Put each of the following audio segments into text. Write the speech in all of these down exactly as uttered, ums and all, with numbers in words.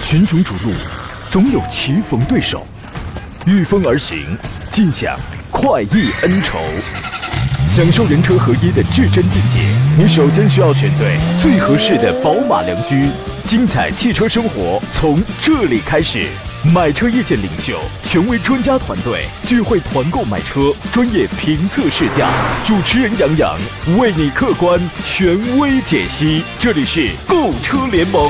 群雄逐鹿，总有棋逢对手，御风而行，尽享快意恩仇。享受人车合一的至臻境界，你首先需要选对最合适的宝马良驹。精彩汽车生活从这里开始。买车意见领袖，权威专家团队聚会团购买车，专业评测试驾，主持人杨洋为你客观权威解析。这里是购车联盟。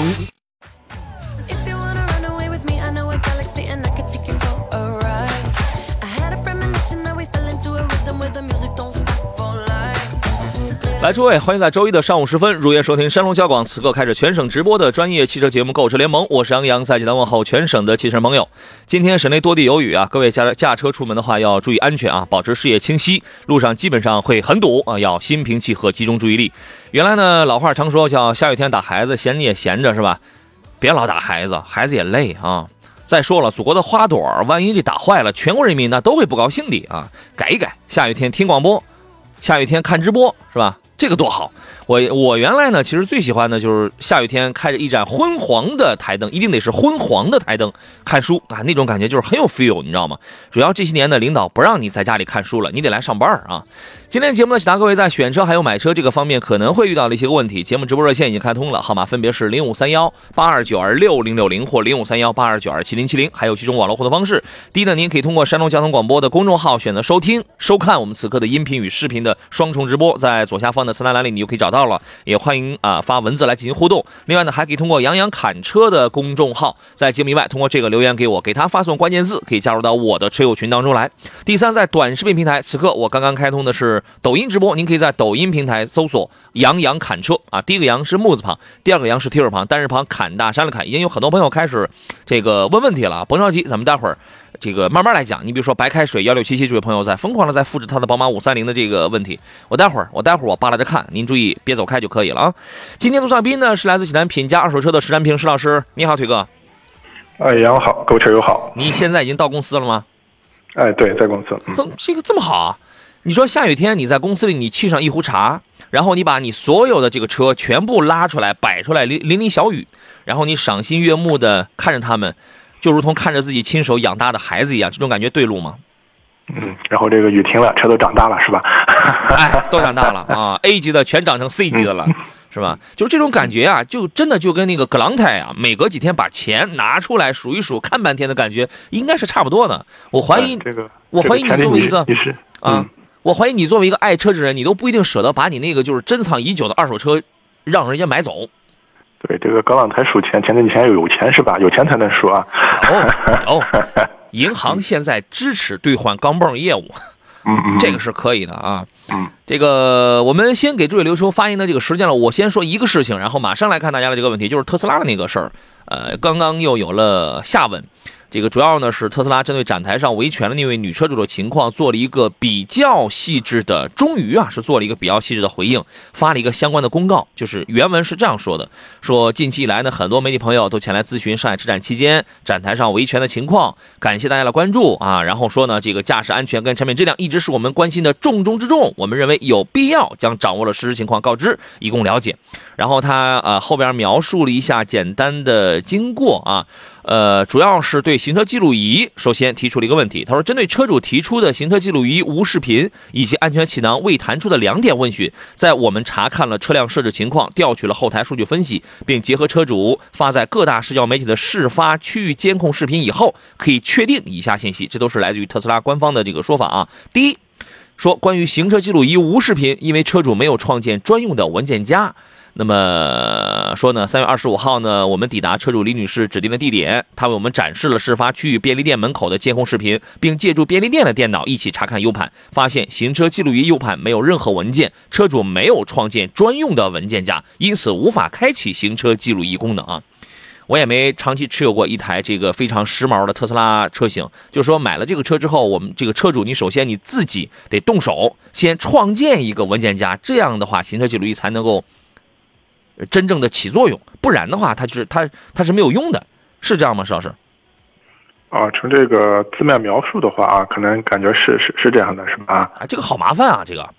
来，诸位，欢迎在周一的上午时分如约收听山东交广此刻开始全省直播的专业汽车节目《购车联盟》，我是杨洋，在济南问候全省的汽车朋友。今天省内多地有雨啊，各位驾驾车出门的话要注意安全啊，保持视野清晰，路上基本上会很堵啊，要心平气和，集中注意力。原来呢，老话常说叫下雨天打孩子，闲着也闲着是吧？别老打孩子，孩子也累啊。再说了，祖国的花朵万一这打坏了，全国人民呢都会不高兴的啊。改一改，下雨天听广播，下雨天看直播是吧？这个多好！我我原来呢，其实最喜欢的就是下雨天开着一盏昏黄的台灯，一定得是昏黄的台灯看书啊，那种感觉就是很有 feel， 你知道吗？主要这些年呢，领导不让你在家里看书了，你得来上班啊。今天节目呢，请大各位在选车还有买车这个方面可能会遇到的一些问题，节目直播热线已经开通了，号码分别是零五三幺八二九二六零六零或零五三幺八二九二七零七零，还有几种网络互动方式。第一呢，您可以通过山东交通广播的公众号选择收听收看我们此刻的音频与视频的双重直播，在左下方的三大栏里你就可以找到了，也欢迎啊发文字来进行互动。另外呢，还可以通过杨洋侃车的公众号，在节目以外通过这个留言给我，给他发送关键字，可以加入到我的车友群当中来。第三，在短视频平台，此刻我刚刚开通的是抖音直播，您可以在抖音平台搜索杨洋侃车啊，第一个杨是木字旁，第二个杨是提手旁，单人旁，侃大山的侃。已经有很多朋友开始这个问问题了，甭着急，咱们待会儿这个慢慢来讲。你比如说白开水一六七七这位朋友在疯狂的在复制他的宝马五三零的这个问题，我待会儿我待会儿我扒拉着看，您注意别走开就可以了啊。今天做上宾呢是来自济南品家二手车的石占平石老师，你好，腿哥。 哎，杨好，购车友好。 你现在已经到公司了吗？ 哎，对，在公司。 嗯、这这个这么好啊？你说下雨天你在公司里，你沏上一壶茶，然后你把你所有的这个车全部拉出来摆出来，淋淋淋小雨，然后你赏心悦目的看着他们，就如同看着自己亲手养大的孩子一样，这种感觉对路吗？ 嗯，然后这个雨停了，车都长大了是吧？ 哎，都长大了啊 ，A 级的全长成 C 级的了。嗯，是吧？就是这种感觉啊，就真的就跟那个格朗泰啊，每隔几天把钱拿出来数一数，看半天的感觉，应该是差不多的。我怀疑， 这个， 我怀疑你作为一个你是啊、嗯，我怀疑你作为一个爱车之人，你都不一定舍得把你那个就是珍藏已久的二手车让人家买走。 对，这个格朗泰数钱，前提前要有钱是吧？有钱才能数啊。 有有，银行现在支持兑换钢镚业务。 嗯嗯， 这个是可以的啊。 嗯， 这个我们先给诸位留出发言的这个时间了。我先说一个事情，然后马上来看大家的这个问题，就是特斯拉的那个事儿。呃，刚刚又有了下文。这个主要呢是特斯拉针对展台上维权的那位女车主的情况做了一个比较细致的，终于啊是做了一个比较细致的回应，发了一个相关的公告。就是原文是这样说的，说近期以来呢，很多媒体朋友都前来咨询上海车展期间展台上维权的情况，感谢大家的关注啊。然后说呢，这个驾驶安全跟产品质量一直是我们关心的重中之重，我们认为有必要将掌握了事实情况告知，以供了解。然后他呃后边描述了一下简单的经过啊。呃，主要是对行车记录仪首先提出了一个问题。他说，针对车主提出的行车记录仪无视频以及安全气囊未弹出的两点问询，在我们查看了车辆设置情况，调取了后台数据分析，并结合车主发在各大社交媒体的事发区域监控视频以后，可以确定以下信息，这都是来自于特斯拉官方的这个说法啊。第一，说关于行车记录仪无视频，因为车主没有创建专用的文件夹。那么说呢，三月二十五号呢，我们抵达车主李女士指定的地点，她为我们展示了事发区域便利店门口的监控视频，并借助便利店的电脑一起查看 U 盘，发现行车记录仪 U 盘没有任何文件，车主没有创建专用的文件夹，因此无法开启行车记录仪功能啊。我也没长期持有过一台这个非常时髦的特斯拉车型，就是说买了这个车之后，我们这个车主你首先你自己得动手先创建一个文件夹，这样的话行车记录仪才能够真正的起作用，不然的话它就是它它是没有用的，是这样吗，石老师？ 啊，从这个字面描述的话啊，可能感觉是是是这样的，是吧？ 啊，这个好麻烦啊，这个。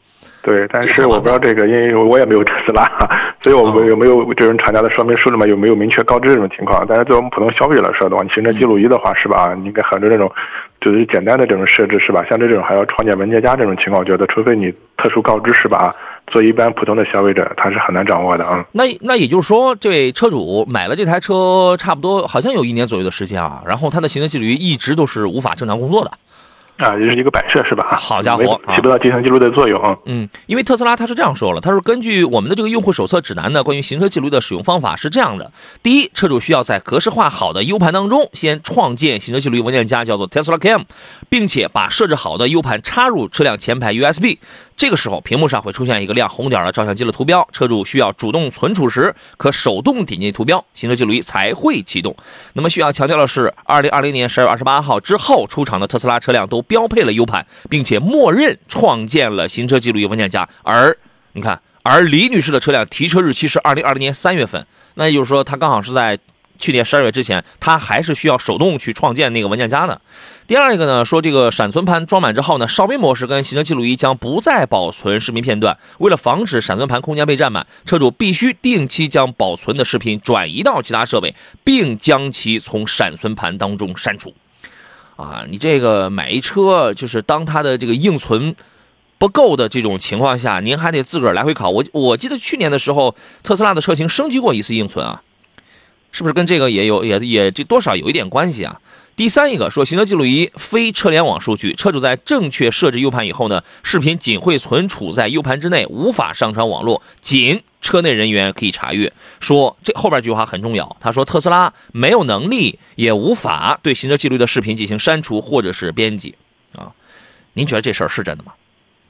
对，但是我不知道这个，因为我也没有特斯拉，所以我们有没有这种厂家的说明书里面有没有明确告知这种情况？但是对我们普通消费者来说的话，你行车记录仪的话是吧？你应该很多这种就是简单的这种设置是吧？像这种还要创建文件夹这种情况，我觉得除非你特殊告知是吧？做一般普通的消费者，他是很难掌握的啊。 那那也就是说，这位车主买了这台车，差不多好像有一年左右的时间啊，然后他的行车记录仪一直都是无法正常工作的。 啊，也是一个摆设是吧？ 好家伙， 起不到进行记录的作用。 嗯，因为特斯拉他是这样说了，他说根据我们的这个用户手册指南呢，关于行车记录的使用方法是这样的：第一，车主需要在格式化好的 U 盘当中先创建行车记录仪文件夹，叫做 Tesla Cam， 并且把设置好的 U 盘插入车辆前排 U S B。这个时候，屏幕上会出现一个亮红点的照相机的图标，车主需要主动存储时，可手动点击图标，行车记录仪才会启动。那么需要强调的是，二零二零年十二月二十八号之后出厂的特斯拉车辆都标配了 U 盘，并且默认创建了行车记录仪文件夹。而你看，而李女士的车辆提车日期是二零二零年三月份，那也就是说，她刚好是在去年十二月之前，她还是需要手动去创建那个文件夹的。第二一个呢，说这个闪存盘装满之后呢，哨兵模式跟行车记录仪将不再保存视频片段。为了防止闪存盘空间被占满，车主必须定期将保存的视频转移到其他设备，并将其从闪存盘当中删除。啊，你这个买一车，就是当它的这个硬存不够的这种情况下，您还得自个儿来回拷。我我记得去年的时候，特斯拉的车型升级过一次硬存啊，是不是跟这个也有也也这多少有一点关系啊？第三一个说，行车记录仪非车联网数据，车主在正确设置 U 盘以后呢，视频仅会存储在 U 盘之内，无法上传网络，仅车内人员可以查阅。说这后边这句话很重要，他说特斯拉没有能力也无法对行车记录的视频进行删除或者是编辑啊。您觉得这事儿是真的吗？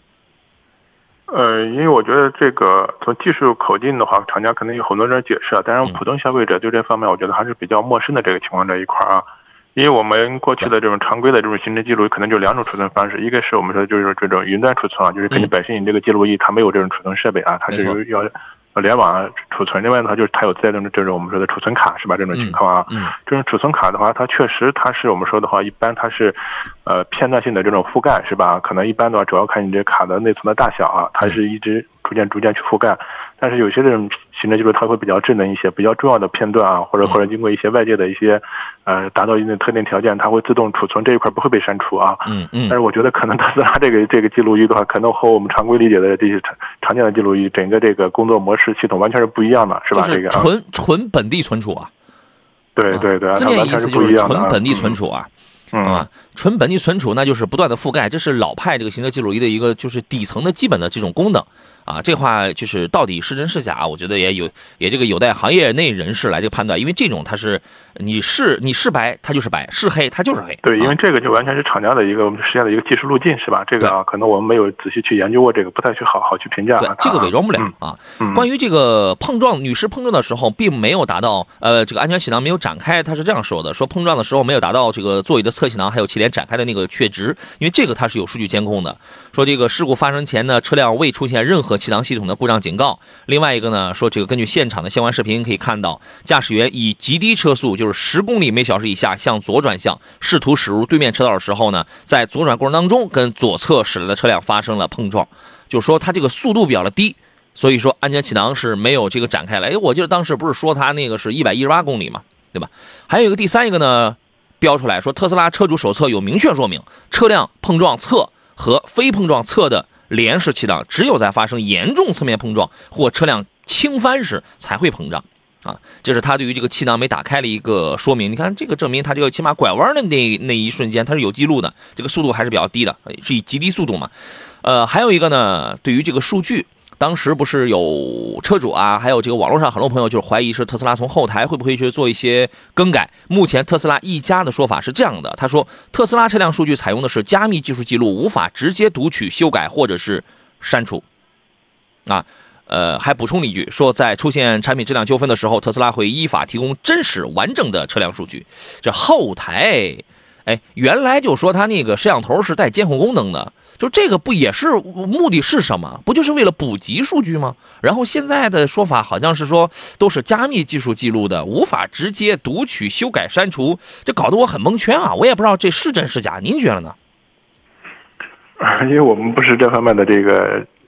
呃，因为我觉得这个从技术口径的话，厂家可能有很多人解释，但是普通消费者对这方面，我觉得还是比较陌生的这个情况这一块啊。因为我们过去的这种常规的这种行车记录可能就两种储存方式，一个是我们说就是这种云端储存啊，就是根据本身你这个记录仪它没有这种储存设备啊，它是要要联网储存。另外的话就是它有自带的这种我们说的储存卡是吧？这种情况啊， 嗯，嗯这种储存卡的话，它确实它是我们说的话，一般它是呃片段性的这种覆盖是吧？可能一般的话主要看你这卡的内存的大小啊，它是一直逐渐逐渐去覆盖。但是有些这种行车记录它会比较智能一些，比较重要的片段啊，或者或者经过一些外界的一些呃达到一定的特定条件，它会自动储存，这一块不会被删除啊。 嗯嗯。 但是我觉得可能特斯拉这个这个记录仪的话，可能和我们常规理解的这些常常见的记录仪整个这个工作模式系统完全是不一样的，是吧？这个纯纯本地存储啊。 对对对， 字面意思就是纯本地存储啊。 嗯啊，纯本地存储那就是不断的覆盖，这是老派这个行车记录仪的一个就是底层的基本的这种功能啊。这话就是到底是真是假，我觉得也有也这个有待行业内人士来这个判断，因为这种它是你是你是白它就是白，是黑它就是黑。 对，因为这个就完全是厂家的一个我们实现的一个技术路径是吧？这个啊，可能我们没有仔细去研究过这个，不太去好好去评价。 对，这个伪装不了啊。 嗯、 关于这个碰撞，女士碰撞的时候并没有达到呃这个安全气囊没有展开，她是这样说的，说碰撞的时候没有达到这个座椅的侧气囊还有气帘展开的那个确值，因为这个它是有数据监控的。说这个事故发生前呢，车辆未出现任何气囊系统的故障警告。另外一个呢，说这个根据现场的相关视频可以看到，驾驶员以极低车速，就是十公里每小时以下向左转向，试图驶入对面车道的时候呢，在左转过程当中跟左侧驶来的车辆发生了碰撞，就是说它这个速度比较的低，所以说安全气囊是没有这个展开来。哎，我记得当时不是说它那个是一百一十八公里嘛，对吧？还有一个第三一个呢，标出来说特斯拉车主手册有明确说明，车辆碰撞侧和非碰撞侧的连式气囊只有在发生严重侧面碰撞或车辆倾翻时才会膨胀啊，这是他对于这个气囊没打开的一个说明。你看这个证明他这个起码拐弯的那那一瞬间它是有记录的，这个速度还是比较低的，是以极低速度嘛。呃，还有一个呢，对于这个数据，当时不是有车主啊，还有这个网络上很多朋友就是怀疑是特斯拉从后台会不会去做一些更改。目前特斯拉一家的说法是这样的，他说特斯拉车辆数据采用的是加密技术记录，无法直接读取、修改或者是删除。啊，呃，还补充了一句，说在出现产品质量纠纷的时候，特斯拉会依法提供真实完整的车辆数据。这后台，哎，原来就说他那个摄像头是带监控功能的。就这个不也是目的是什么？不就是为了补集数据吗？然后现在的说法好像是说都是加密技术记录的，无法直接读取、修改、删除，这搞得我很蒙圈啊！我也不知道这是真是假，您觉得呢？ 因为我们不是这方面的这个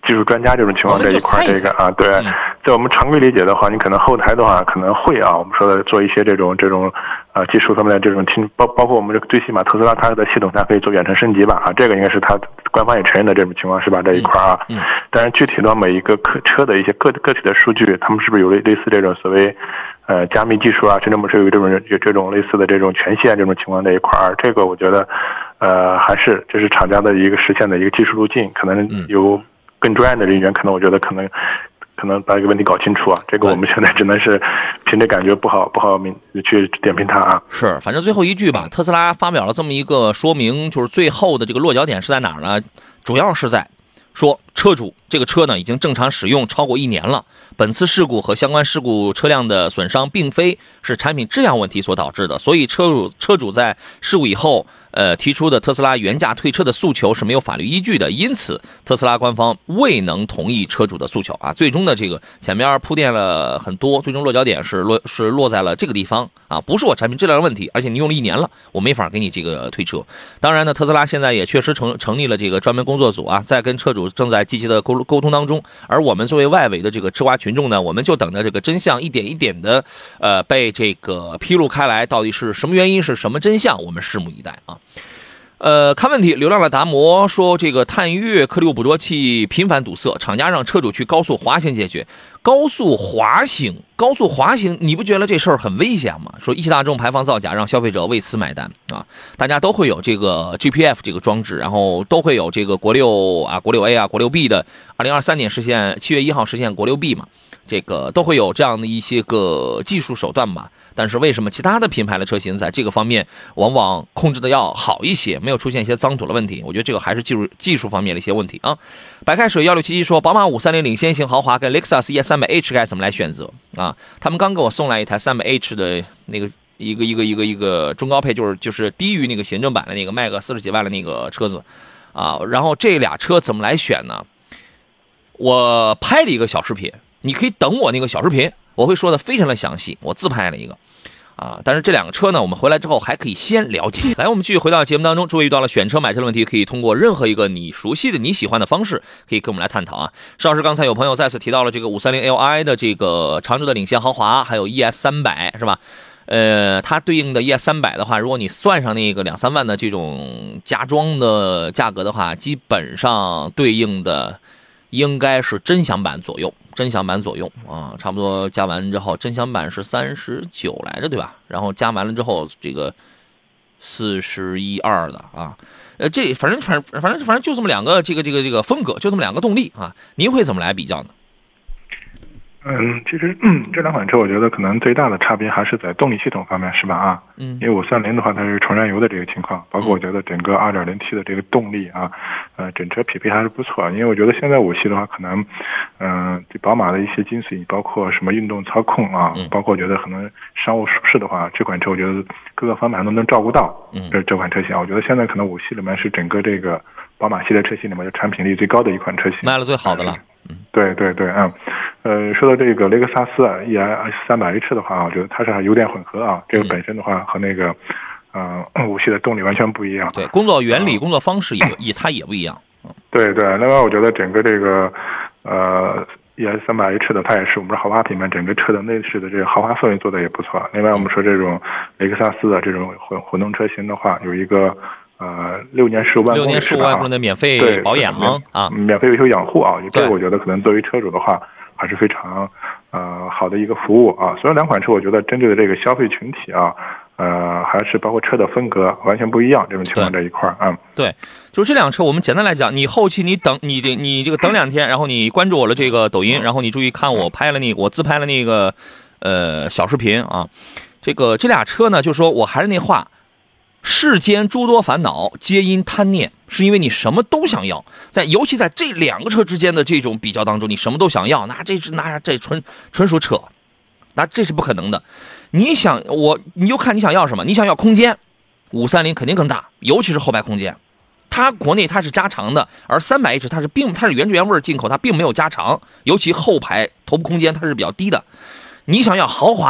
技术专家这种情况这一块，这个啊，对，在我们常规理解的话，你可能后台的话可能会啊，我们说的做一些这种这种呃技术方面的这种听，包包括我们这个最起码特斯拉它的系统它可以做远程升级吧啊，这个应该是它官方也承认的这种情况是吧？这一块啊，嗯，但是具体到每一个客车的一些个个体的数据，他们是不是有类类似这种所谓呃加密技术啊，甚至我们是有这种有这种类似的这种权限这种情况这一块儿，这个我觉得呃还是这是厂家的一个实现的一个技术路径，可能有更专业的人员，可能我觉得可能。可能把这个问题搞清楚啊，这个我们现在只能是凭着感觉不好不好明去点评它啊。 是，反正最后一句吧，特斯拉发表了这么一个说明，就是最后的这个落脚点是在哪儿呢？主要是在说车主这个车呢已经正常使用超过一年了，本次事故和相关事故车辆的损伤并非是产品质量问题所导致的，所以车主车主在事故以后呃提出的特斯拉原价退车的诉求是没有法律依据的，因此特斯拉官方未能同意车主的诉求啊。最终的这个前面铺垫了很多，最终落脚点是落是落在了这个地方啊，不是我产品质量的问题，而且你用了一年了，我没法给你这个退车。当然呢，特斯拉现在也确实成成立了这个专门工作组啊，在跟车主正在积极的沟沟通当中，而我们作为外围的这个吃瓜群众呢，我们就等着这个真相一点一点的呃被这个披露开来，到底是什么原因，是什么真相，我们拭目以待啊。呃，看问题，流浪的达摩说，这个探岳颗粒物捕捉器频繁堵塞，厂家让车主去高速滑行解决。高速滑行，高速滑行，你不觉得这事儿很危险吗？说一汽大众排放造假，让消费者为此买单啊！大家都会有这个 G P F 这个装置，然后都会有这个国六啊、国六 A 啊、国六 B 的，二零二三年实现七月一号实现国六 B 嘛，这个都会有这样的一些个技术手段吧。但是为什么其他的品牌的车型在这个方面往往控制的要好一些，没有出现一些脏土的问题？我觉得这个还是技术技术方面的一些问题啊。白开水一六七七说，宝马五三零领先型豪华跟雷克萨斯 E S 三百 H 该怎么来选择啊？他们刚给我送来一台三百 H 的那个一个一个一个一个中高配，就是就是低于那个行政版的那个卖个四十几万的那个车子啊。然后这俩车怎么来选呢？我拍了一个小视频，你可以等我那个小视频，我会说的非常的详细。我自拍了一个。啊，但是这两个车呢，我们回来之后还可以先了解。来，我们继续回到节目当中，诸位遇到了选车买车的问题，可以通过任何一个你熟悉的、你喜欢的方式，可以跟我们来探讨啊。邵老师刚才有朋友再次提到了这个五三零 L I 的这个常州的领先豪华，还有 E S 三百是吧？呃，它对应的 E S 三百的话，如果你算上那个两三万的这种加装的价格的话，基本上对应的应该是真享版左右。真享版左右啊，差不多加完之后，真享版是三十九来着，对吧？然后加完了之后，这个四十一二的啊，呃，这反正反正反正反正就这么两个这个这个这个风格，就这么两个动力啊，您会怎么来比较呢？ 嗯，其实嗯，这两款车我觉得可能最大的差别还是在动力系统方面，是吧？啊，嗯，因为五三零的话它是纯燃油的这个情况，包括我觉得整个 二点零 T 的这个动力啊，呃，整车匹配还是不错。因为我觉得现在五系的话，可能嗯、呃，宝马的一些精髓，包括什么运动操控啊，包括我觉得可能商务舒适的话，这款车我觉得各个方面都能照顾到。嗯，这这款车型，我觉得现在可能五系里面是整个这个宝马系列车型里面就产品力最高的一款车型， 卖了最好的了。 嗯，对对对，嗯。呃，说到这个雷克萨斯啊 E S 三百 H 的话，我觉得它是油电混合啊，这个本身的话和那个呃五系的动力完全不一样。 对，工作原理、工作方式也也它也不一样。 对对，另外我觉得整个这个呃 E S 三百 H 的，它也是我们豪华品牌整个车的内饰的这个豪华氛围做的也不错。另外我们说这种雷克萨斯的这种混混动车型的话，有一个呃六年十五万六年十五万公里的免费保养啊， 免费维修养护啊，这个我觉得可能作为车主的话。还是非常呃好的一个服务啊，所以两款车我觉得针对的这个消费群体啊，呃还是包括车的风格完全不一样，这种情况这一块啊、嗯， 对，就是这辆车我们简单来讲，你后期你等你这你这个等两天，然后你关注我的这个抖音，然后你注意看我拍了那个我自拍了那个呃小视频啊，这个这俩车呢，就说我还是那话。世间诸多烦恼，皆因贪念，是因为你什么都想要，在尤其在这两个车之间的这种比较当中，你什么都想要，那这是那这纯纯属扯，那这是不可能的。你想我，你就看你想要什么，你想要空间，五三零肯定更大，尤其是后排空间，它国内它是加长的，而三百 H 它是并它是原汁原味进口，它并没有加长，尤其后排头部空间它是比较低的。你想要豪华，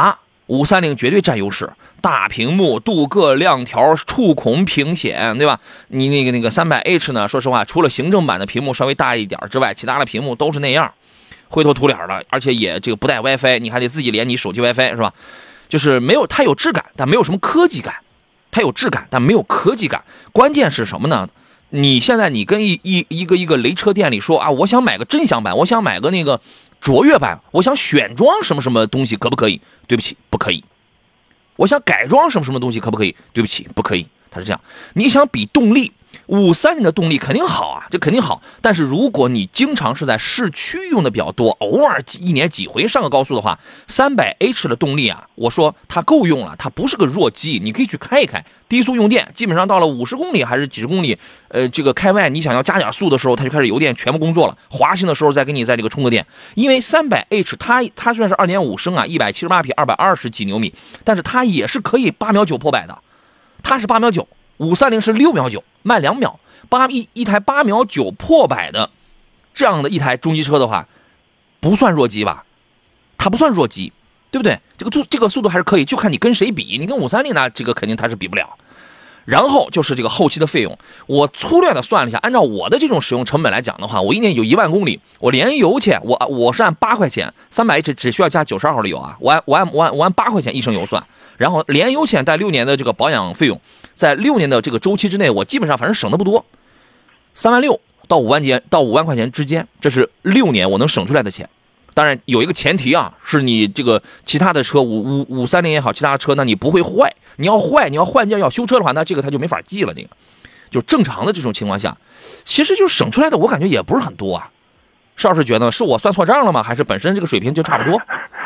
五三零绝对占优势，大屏幕、镀铬亮条、触控屏显，对吧？你那个那个 三百 H 呢，说实话，除了行政版的屏幕稍微大一点之外，其他的屏幕都是那样，灰头土脸的，而且也这个不带 WiFi， 你还得自己连你手机 WiFi 是吧？就是没有，它有质感，但没有什么科技感。它有质感，但没有科技感。关键是什么呢？你现在你跟一一一个一个雷车店里说啊，我想买个真享版，我想买个那个卓越版，我想选装什么什么东西，可不可以？对不起，不可以。我想改装什么什么东西，可不可以？对不起，不可以。它是这样。你想比动力，五三零的动力肯定好啊，这肯定好。但是如果你经常是在市区用的比较多，偶尔一年几回上个高速的话， 三百 H 的动力啊，我说它够用了，它不是个弱鸡，你可以去开一开。低速用电，基本上到了五十公里还是几十公里，呃，这个开外你想要加点速的时候，它就开始油电全部工作了。滑行的时候再给你在这个充个电，因为 三百 H 它它虽然是 二点五 升啊，一百七十八匹，二百二十几牛米，但是它也是可以八秒九破百的，它是八秒九。五三零是六秒九，慢两秒，八一一台八秒九破百的这样的一台中级车的话，不算弱鸡吧？它不算弱鸡，对不对？这个速这个速度还是可以，就看你跟谁比。你跟五三零呢，这个肯定它是比不了。然后就是这个后期的费用，我粗略的算了一下，按照我的这种使用成本来讲的话，我一年有一万公里，我连油钱，我我是按八块钱，三百 H 只需要加九十二号的油啊，我按我按我按我按八块钱一升油算，然后连油钱带六年的这个保养费用，在六年的这个周期之内，我基本上反正省的不多，三万六到五万间到五万块钱之间，这是六年我能省出来的钱。当然有一个前提啊，是你这个其他的车五五五三零也好，其他的车那你不会坏，你要坏你要换件要修车的话，那这个它就没法记了。这个就正常的这种情况下，其实就是省出来的，我感觉也不是很多啊。邵老师觉得是我算错账了吗？还是本身这个水平就差不多？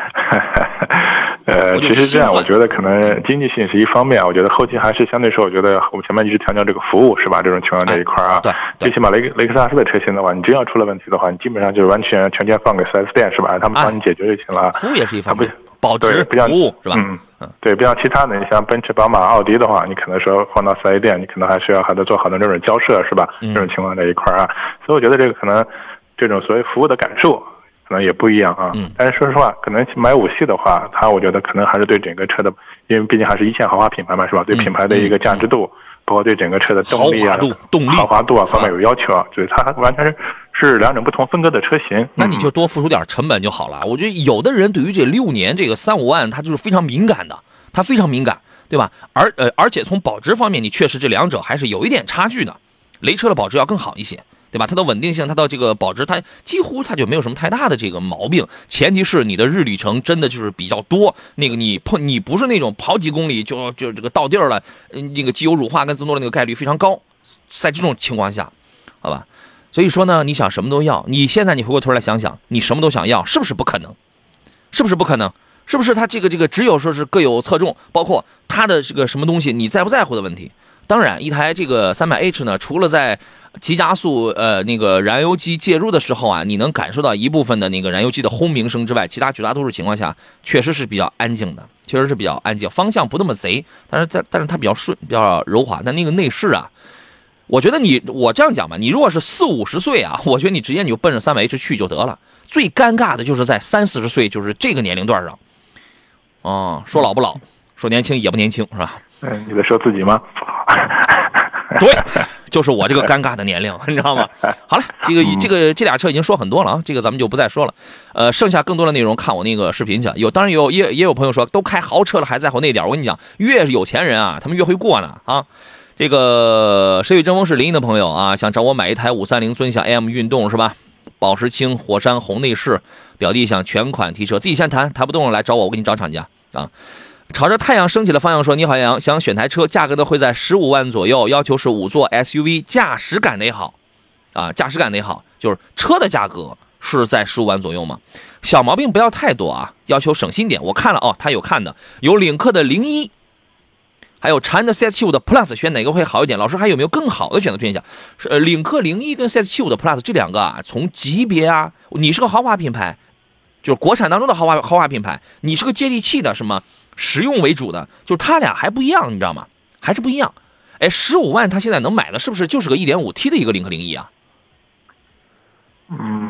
呃，其实这样，我觉得可能经济性是一方面，我觉得后期还是相对说，我觉得我们前面一直强调这个服务是吧？这种情况这一块啊， 对， 最起码雷雷克萨斯的车型的话，你真要出了问题的话，你基本上就是完全全权放给 四 S 店是吧？他们帮你解决就行了。 服务也是一方面，保值服务是吧？ 嗯嗯，对，不像其他的，你像奔驰、宝马、奥迪的话，你可能说放到四 S 店，你可能还需要还得做好多这种交涉是吧？这种情况这一块啊，所以我觉得这个可能这种所谓服务的感受可能也不一样啊，嗯，但是说实话，可能买五系的话，它我觉得可能还是对整个车的，因为毕竟还是一线豪华品牌嘛，是吧？对品牌的一个价值度，包括对整个车的动力啊、 动力、 豪华度啊方面有要求啊，所以它完全是是两种不同风格的车型。 那你就多付出点成本就好了。我觉得有的人对于这六年这个三五万，他就是非常敏感的，他非常敏感，对吧？而呃，而且从保值方面，你确实这两者还是有一点差距的，雷车的保值要更好一些。对吧？它的稳定性，它的这个保值，它几乎它就没有什么太大的这个毛病。前提是你的日里程真的就是比较多，那个你碰你不是那种跑几公里就就这个到地儿了，那个机油乳化跟自动的那个概率非常高。在这种情况下，好吧，所以说呢，你想什么都要，你现在你回过头来想想，你什么都想要，是不是不可能？是不是不可能？是不是它这个这个只有说是各有侧重，包括它的这个什么东西你在不在乎的问题。当然，一台这个 三百 H 呢，除了在急加速呃那个燃油机介入的时候啊，你能感受到一部分的那个燃油机的轰鸣声之外，其他绝大多数情况下确实是比较安静的，确实是比较安静，方向不那么贼，但是但但是它比较顺，比较柔滑。但那个内饰啊，我觉得你我这样讲吧，你如果是四五十岁啊，我觉得你直接你就奔着 三百 H 去就得了。最尴尬的就是在三四十岁，就是这个年龄段上，哦、嗯，说老不老，说年轻也不年轻，是吧？ 嗯，你在说自己吗？ 对，就是我这个尴尬的年龄，你知道吗？好了，这个这个这俩车已经说很多了啊，这个咱们就不再说了。呃，剩下更多的内容看我那个视频去。有，当然有也也有朋友说，都开豪车了还在乎那点。我跟你讲，越有钱人啊，他们越会过呢啊。这个谁与争锋是临沂的朋友啊，想找我买一台五三零尊享 M 运动是吧？宝石青火山红内饰，表弟想全款提车，自己先谈，谈不动了来找我，我给你找厂家啊。朝着太阳升起的方向说，你好杨，想选台车，价格呢会在十五万左右，要求是五座 S U V， 驾驶感得好啊，驾驶感得好，就是车的价格是在十五万左右嘛，小毛病不要太多啊，要求省心点。我看了哦，他有看的，有领克的零一，还有长安的 C S 七五 的 Plus， 选哪个会好一点？老师还有没有更好的选择推荐一下？是呃，领克零一跟 C S 七五 的 Plus 这两个啊，从级别啊，你是个豪华品牌，就是国产当中的豪华豪华品牌，你是个接地气的什么？实用为主的，就是它俩还不一样，你知道吗？还是不一样。哎，十五万他现在能买的是不是就是个 一点五 T 的一个领克零一啊？ 嗯，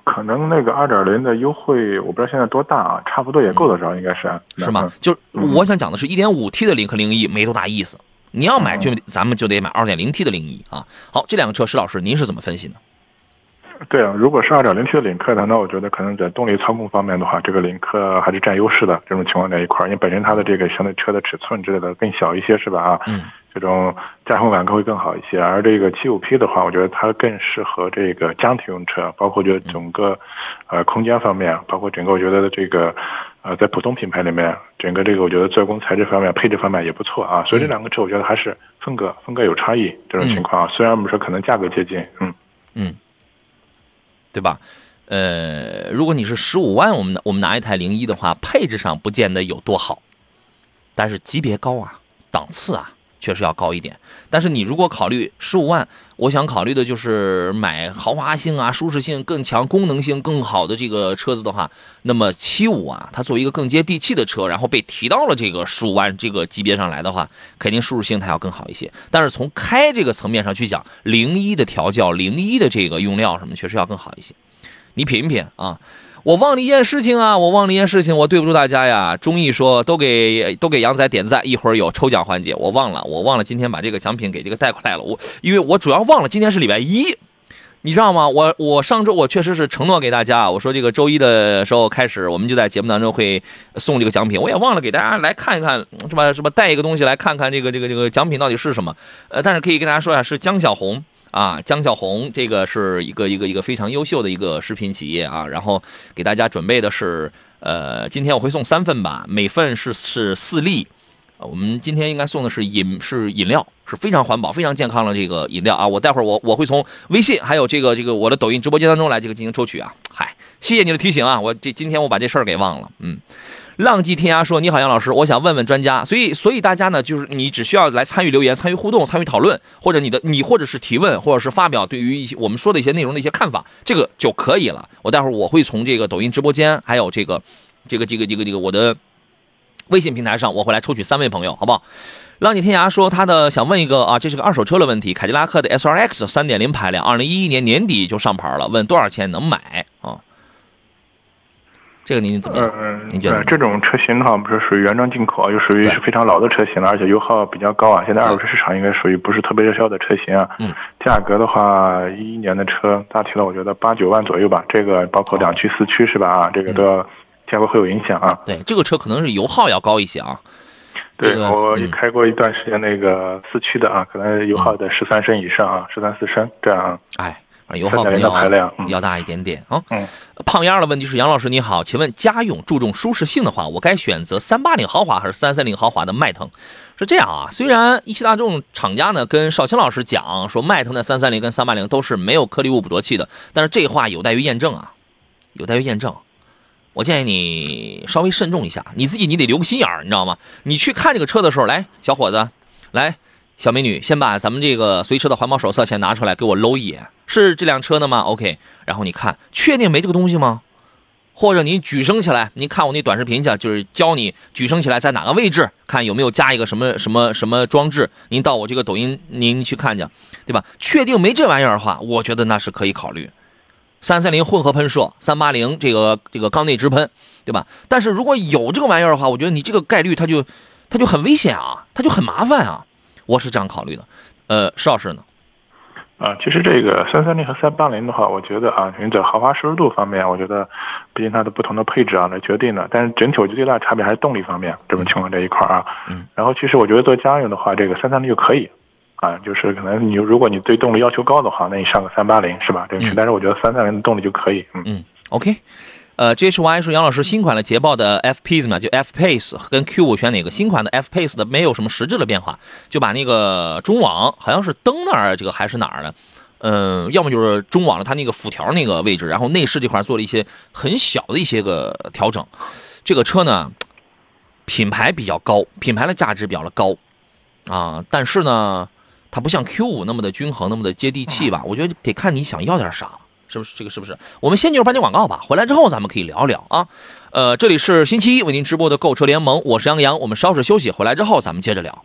可能那个二点零的优惠，我不知道现在多大啊，差不多也够得着，应该是。 是吗？就我想讲的是 一点五 T 的领克零一没多大意思，你要买就咱们就得买 二点零 T 的零一啊。好，这两个车，石老师您是怎么分析呢？ 对啊，如果是 二点零 T 的领克的，那我觉得可能在动力操控方面的话，这个领克还是占优势的。这种情况在一块儿，因为本身它的这个相对车的尺寸之类的更小一些，是吧？啊， 嗯， 这种驾控感会更好一些。而这个 七五 P 的话，我觉得它更适合这个家庭用车，包括觉得整个呃空间方面，包括整个我觉得这个呃在普通品牌里面，整个这个我觉得做工材质方面、配置方面也不错啊。所以这两个车我觉得还是风格风格有差异这种情况。虽然我们说可能价格接近，嗯嗯。对吧？呃，如果你是十五万，我们我们拿一台零一的话，配置上不见得有多好，但是级别高啊，档次啊，确实要高一点。但是你如果考虑十五万，我想考虑的就是买豪华性啊、舒适性更强、功能性更好的这个车子的话，那么七五啊，它作为一个更接地气的车，然后被提到了这个十五万这个级别上来的话，肯定舒适性它要更好一些。但是从开这个层面上去讲，零一的调教、零一的这个用料什么，确实要更好一些。你品一品啊！我忘了一件事情啊，我忘了一件事情，我对不住大家呀。忠义说都给都给杨仔点赞，一会儿有抽奖环节，我忘了，我忘了今天把这个奖品给这个带过来了。我因为我主要忘了今天是礼拜一，你知道吗？我我上周我确实是承诺给大家，我说这个周一的时候开始，我们就在节目当中会送这个奖品，我也忘了给大家来看一看，是吧？是吧？带一个东西来看看这个这个这个奖品到底是什么？呃，但是可以跟大家说一下，是江小红。啊，江小红这个是一个一个一个非常优秀的一个食品企业啊，然后给大家准备的是，呃，今天我会送三份吧，每份是是四粒，我们今天应该送的是饮是饮料，是非常环保、非常健康的这个饮料啊。我待会儿我我会从微信还有这个这个我的抖音直播间当中来这个进行抽取啊。嗨，谢谢你的提醒啊，我这今天我把这事儿给忘了，嗯。浪迹天涯说：“你好，杨老师，我想问问专家，所以所以大家呢，就是你只需要来参与留言、参与互动、参与讨论，或者你的你或者是提问，或者是发表对于一些我们说的一些内容的一些看法，这个就可以了。我待会儿我会从这个抖音直播间，还有这个这个这个这个这个我的微信平台上，我会来抽取三位朋友，好不好？”浪迹天涯说他的想问一个啊，这是个二手车的问题，凯迪拉克的 S R X 三点零排量，二零一一年年底就上牌了，问多少钱能买啊？这个您怎么样？ 嗯， 您觉得这种车型的话，不是属于原装进口，又属于是非常老的车型了，而且油耗比较高啊。现在二手车市场应该属于不是特别热销的车型啊。 嗯， 价格的话，一一年的车大体了，我觉得八九万左右吧。这个包括两驱、四驱是吧？啊，这个都要价格会有影响啊。 对，这个车可能是油耗要高一些啊。 对， 这个、 我也开过一段时间那个四驱的啊，可能油耗在十三升以上啊，十三四升这样啊。 哎。油耗可能要要大一点点啊。 嗯， 胖丫的问题是：杨老师你好，请问家用注重舒适性的话，我该选择三八零豪华还是三三零豪华的迈腾？是这样啊，虽然一汽大众厂家呢跟少卿老师讲说迈腾的三三零跟三八零都是没有颗粒物捕捉器的，但是这话有待于验证啊，有待于验证。我建议你稍微慎重一下，你自己你得留个心眼儿，你知道吗？你去看这个车的时候，来，小伙子，来。小美女，先把咱们这个随车的环保手册先拿出来，给我搂一眼，是这辆车的吗 ？OK， 然后你看，确定没这个东西吗？或者你举升起来，您看我那短视频下，就是教你举升起来在哪个位置，看有没有加一个什么什么什么装置。您到我这个抖音您去看去，对吧？确定没这玩意儿的话，我觉得那是可以考虑。三三零混合喷射，三八零这个这个缸内直喷，对吧？但是如果有这个玩意儿的话，我觉得你这个概率它就它就很危险啊，它就很麻烦啊。我是这样考虑的，呃，石老师呢？ 啊，其实这个三三零和三八零的话，我觉得啊，从在豪华舒适度方面，我觉得毕竟它的不同的配置啊来决定的。但是整体我觉得最大的差别还是动力方面这种情况这一块啊。 嗯。 然后其实我觉得做家用的话，这个三三零就可以啊，就是可能你如果你对动力要求高的话，那你上个三八零是吧？这个、嗯、但是我觉得三三零的动力就可以。嗯嗯 ，OK。呃 ，G H Y 说杨老师新款的捷豹的 F Pace 嘛，就 F Pace 跟 Q 五选哪个？新款的 F Pace 的没有什么实质的变化，就把那个中网好像是灯那儿，这个还是哪儿的，嗯、呃，要么就是中网的它那个辐条那个位置，然后内饰这块做了一些很小的一些个调整。这个车呢，品牌比较高，品牌的价值比较的高啊，但是呢，它不像 Q 五那么的均衡，那么的接地气吧？我觉得得看你想要点啥。是不是这个？是不是？我们先就是半截广告吧，回来之后咱们可以聊聊啊。呃，这里是星期一为您直播的购车联盟，我是杨洋，我们稍事休息，回来之后咱们接着聊。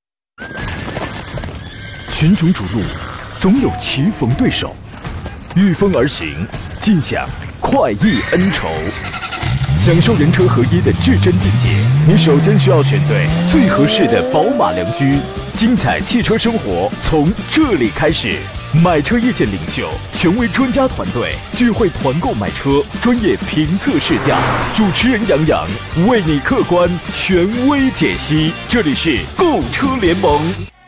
群雄逐鹿，总有棋逢对手，御风而行，尽享快意恩仇。享受人车合一的至臻境界，你首先需要选对最合适的宝马良驹。精彩汽车生活从这里开始。买车意见领袖，权威专家团队聚会团购买车，专业评测试驾，主持人杨洋为你客观权威解析。这里是购车联盟。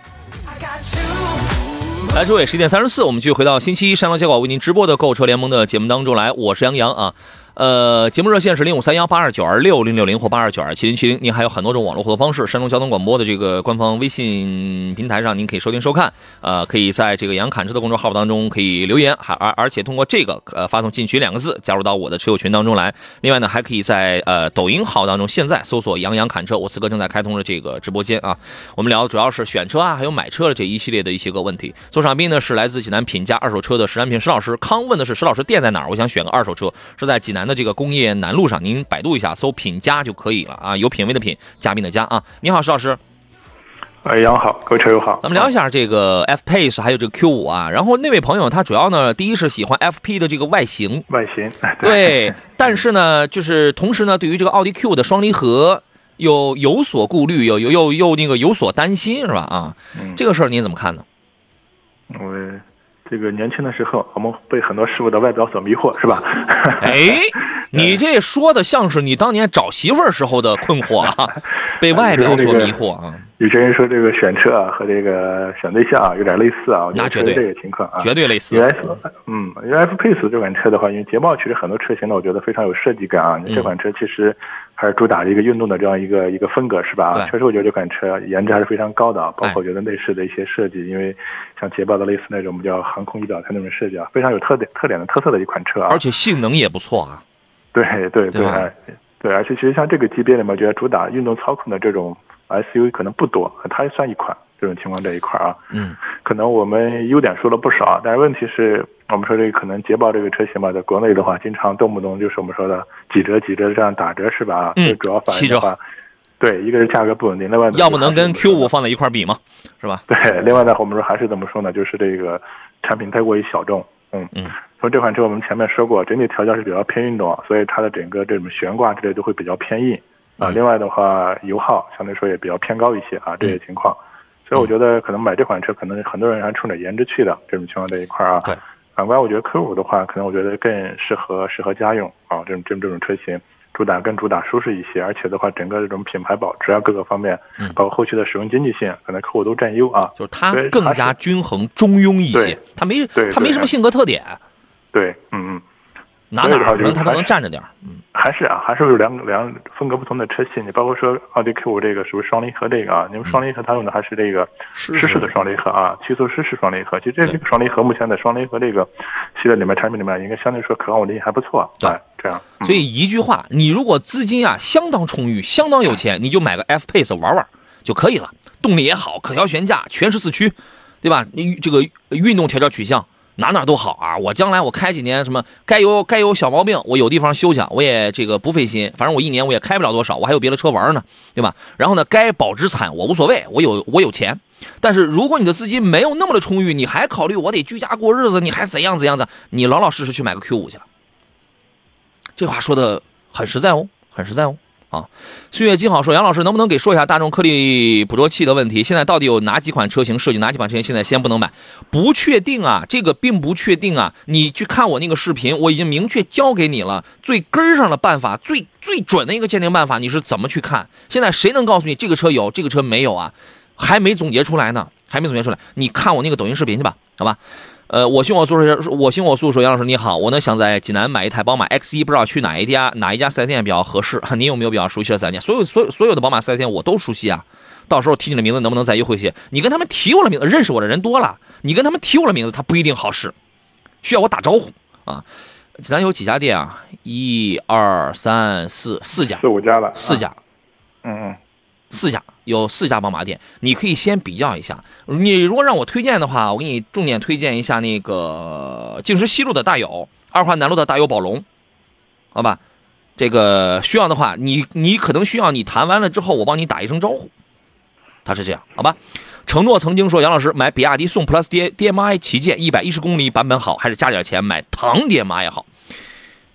来，诸位，十一点三十四，我们继续回到星期一山东交广为您直播的购车联盟的节目当中来，我是杨洋啊。呃，节目热线是零五三幺八二九二六零六零或八二九二七零七零，您还有很多种网络互动方式。山东交通广播的这个官方微信平台上，您可以收听收看。呃，可以在这个杨侃车的公众号当中可以留言，还而而且通过这个呃发送进群两个字，加入到我的车友群当中来。另外呢，还可以在呃抖音号当中，现在搜索杨洋侃车，我此刻正在开通的这个直播间啊。我们聊的主要是选车啊，还有买车的这一系列的一些个问题。座上宾呢是来自济南品家二手车的石安平石老师。康问的是石老师店在哪儿？我想选个二手车，是在济南的这个工业南路上，您百度一下，搜品家就可以了啊，有品位的品，嘉宾的嘉啊。你好，石老师。 哎，杨好，各位车友好。 咱们聊一下这个 F-Pace 还有这个 Q 五 啊。然后那位朋友他主要呢，第一是喜欢 F P 的这个外形， 外形对，但是呢，就是同时呢，对于这个奥迪 Q 的双离合有有所顾虑，有有有有那个有所担心，是吧？啊，嗯、这个事儿您怎么看呢？ 我这个年轻的时候，我们被很多事物的外表所迷惑，是吧？ 哎，你这说的像是你当年找媳妇儿时候的困惑啊，被外表所迷惑啊。 有些人说这个选车啊和这个选对象啊有点类似啊，我觉得绝对这个情况啊， 绝对类似。 因为嗯，因为 F-Pace 这款车的话，因为捷豹其实很多车型呢，我觉得非常有设计感啊。这款车其实还是主打一个运动的这样一个一个风格，是吧？确实，我觉得这款车颜值还是非常高的啊，包括我觉得内饰的一些设计，因为像捷豹的类似那种我们叫航空仪表台那种设计啊，非常有特点特点的特色的一款车啊， 而且性能也不错啊。 对对对，哎，对，而且其实像这个级别里面，我觉得主打运动操控的这种 S U V 可能不多，它也算一款。这种情况这一块啊，嗯，可能我们优点说了不少，但是问题是我们说这个可能捷豹这个车型吧，在国内的话，经常动不动就是我们说的几折几折这样打折，是吧？ 嗯， 主要反映的话，对，一个是价格不稳定，另外要不能跟 Q 五 放在一块比吗？是吧？ 对，另外呢，我们说还是怎么说呢？就是这个产品太过于小众，嗯嗯。说这款车我们前面说过，整体调教是比较偏运动，所以它的整个这种悬挂之类都会比较偏硬啊。另外的话，油耗相对说也比较偏高一些啊，这些情况。所以我觉得可能买这款车，可能很多人还冲着颜值去的这种情况这一块啊。 对。 反观我觉得 Q 五 的话，可能我觉得更适合适合家用啊，这种这种这种车型，主打更主打舒适一些，而且的话，整个这种品牌保值啊，各个方面，嗯，包括后期的使用经济性，可能 Q 五 都占优啊。 就是它更加均衡中庸一些，它没它没什么性格特点。 对，嗯嗯。 哪哪可能它都能站着点，嗯， 还是啊，还是有两两风格不同的车型。你包括说奥迪 Q 五 这个是不是双离合这个啊？你们双离合它用的还是这个湿式的双离合啊，七速湿式双离合。其实这这个双离合目前在双离合这个系列里面产品里面，应该相对说可靠性还不错。对，这样。 所以一句话，你如果资金啊相当充裕、相当有钱，你就买个 F-Pace 玩玩就可以了。动力也好，可调悬架，全时四驱，对吧？你这个运动调教取向。哪哪都好啊！我将来我开几年，什么该有该有小毛病，我有地方修去，我也这个不费心。反正我一年我也开不了多少，我还有别的车玩呢，对吧？然后呢，该保值产我无所谓，我有我有钱。但是如果你的资金没有那么的充裕，你还考虑我得居家过日子，你还怎样怎样的，你老老实实去买个 Q 五 去。这话说的很实在哦，很实在哦。啊，岁月静好说，杨老师能不能给说一下大众颗粒捕捉器的问题？现在到底有哪几款车型设计，哪几款车型现在先不能买？不确定啊，这个并不确定啊。你去看我那个视频，我已经明确教给你了，最根上的办法，最最准的一个鉴定办法，你是怎么去看？现在谁能告诉你这个车有，这个车没有啊？还没总结出来呢，还没总结出来。你看我那个抖音视频去吧，好吧？呃，我行我素说，我行我素说，杨老师你好，我呢想在济南买一台宝马 X 一，不知道去哪一家哪一家四 S 店比较合适？您有没有比较熟悉的四 S 店？所有所有所有的宝马四 S 店我都熟悉啊。到时候提你的名字能不能再优惠些？你跟他们提我的名字，认识我的人多了，你跟他们提我的名字，他不一定好使，需要我打招呼啊。济南有几家店啊？一二三四四家， 四五家了， 四家， 嗯嗯， 四家。有四家宝马店，你可以先比较一下。你如果让我推荐的话，我给你重点推荐一下那个净石西路的大有，二环南路的大有宝龙，好吧？这个需要的话，你你可能需要你谈完了之后，我帮你打一声招呼。他是这样，好吧？承诺曾经说，杨老师买比亚迪宋 Plus D D M I 旗舰一百一十公里版本好，还是加点钱买唐 D M I 好？